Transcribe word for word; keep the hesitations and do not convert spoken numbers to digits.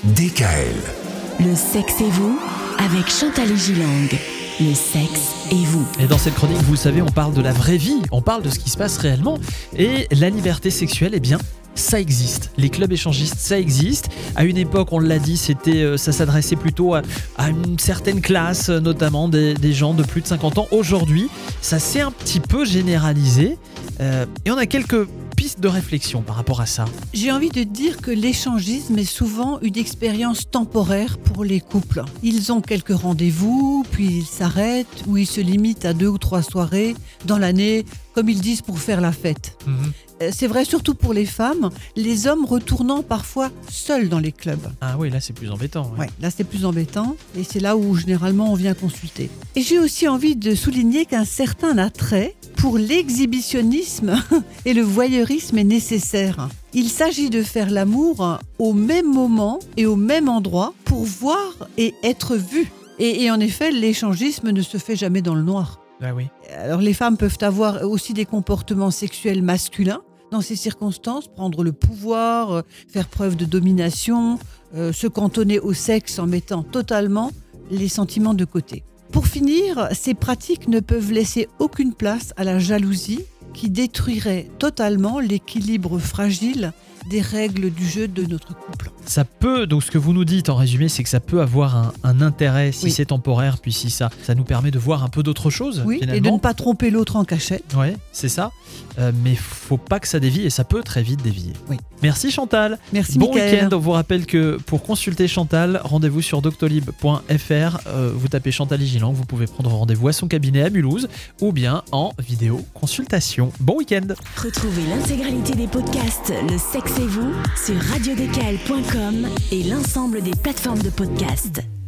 D K L. Le sexe et vous, avec Chantal Gilang. Le sexe et vous. Et dans cette chronique, vous le savez, on parle de la vraie vie, on parle de ce qui se passe réellement. Et la liberté sexuelle, eh bien, ça existe. Les clubs échangistes, ça existe. À une époque, on l'a dit, c'était, ça s'adressait plutôt à, à une certaine classe, notamment des, des gens de plus de cinquante ans. Aujourd'hui, ça s'est un petit peu généralisé. Euh, et on a quelques pistes de réflexion par rapport à ça. J'ai envie de dire que l'échangisme est souvent une expérience temporaire pour les couples. Ils ont quelques rendez-vous, puis ils s'arrêtent, ou ils se limitent à deux ou trois soirées dans l'année, comme ils disent, pour faire la fête. Mmh. C'est vrai surtout pour les femmes, les hommes retournant parfois seuls dans les clubs. Ah oui, là c'est plus embêtant. Ouais. Ouais, là c'est plus embêtant et c'est là où généralement on vient consulter. Et j'ai aussi envie de souligner qu'un certain attrait pour l'exhibitionnisme et le voyeurisme est nécessaire. Il s'agit de faire l'amour au même moment et au même endroit pour voir et être vu. Et, et en effet, l'échangisme ne se fait jamais dans le noir. Ah oui. Alors les femmes peuvent avoir aussi des comportements sexuels masculins dans ces circonstances, prendre le pouvoir, faire preuve de domination, euh, se cantonner au sexe en mettant totalement les sentiments de côté. Pour finir, ces pratiques ne peuvent laisser aucune place à la jalousie qui détruirait totalement l'équilibre fragile des règles du jeu de notre couple. Ça peut, donc ce que vous nous dites en résumé, c'est que ça peut avoir un, un intérêt si oui. c'est temporaire, puis si ça, ça nous permet de voir un peu d'autres choses. Oui, finalement. Et de ne pas tromper l'autre en cachette. Oui, c'est ça. Euh, mais faut pas que ça dévie et ça peut très vite dévier. Oui. Merci Chantal. Merci bon Mickaël. week-end. On vous rappelle que pour consulter Chantal, rendez-vous sur doctolib point f r. Euh, vous tapez Chantal Gilang, vous pouvez prendre rendez-vous à son cabinet à Mulhouse ou bien en vidéo consultation. Bon week-end. Retrouvez l'intégralité des podcasts Le sexe et vous sur radio d k l point com et l'ensemble des plateformes de podcasts.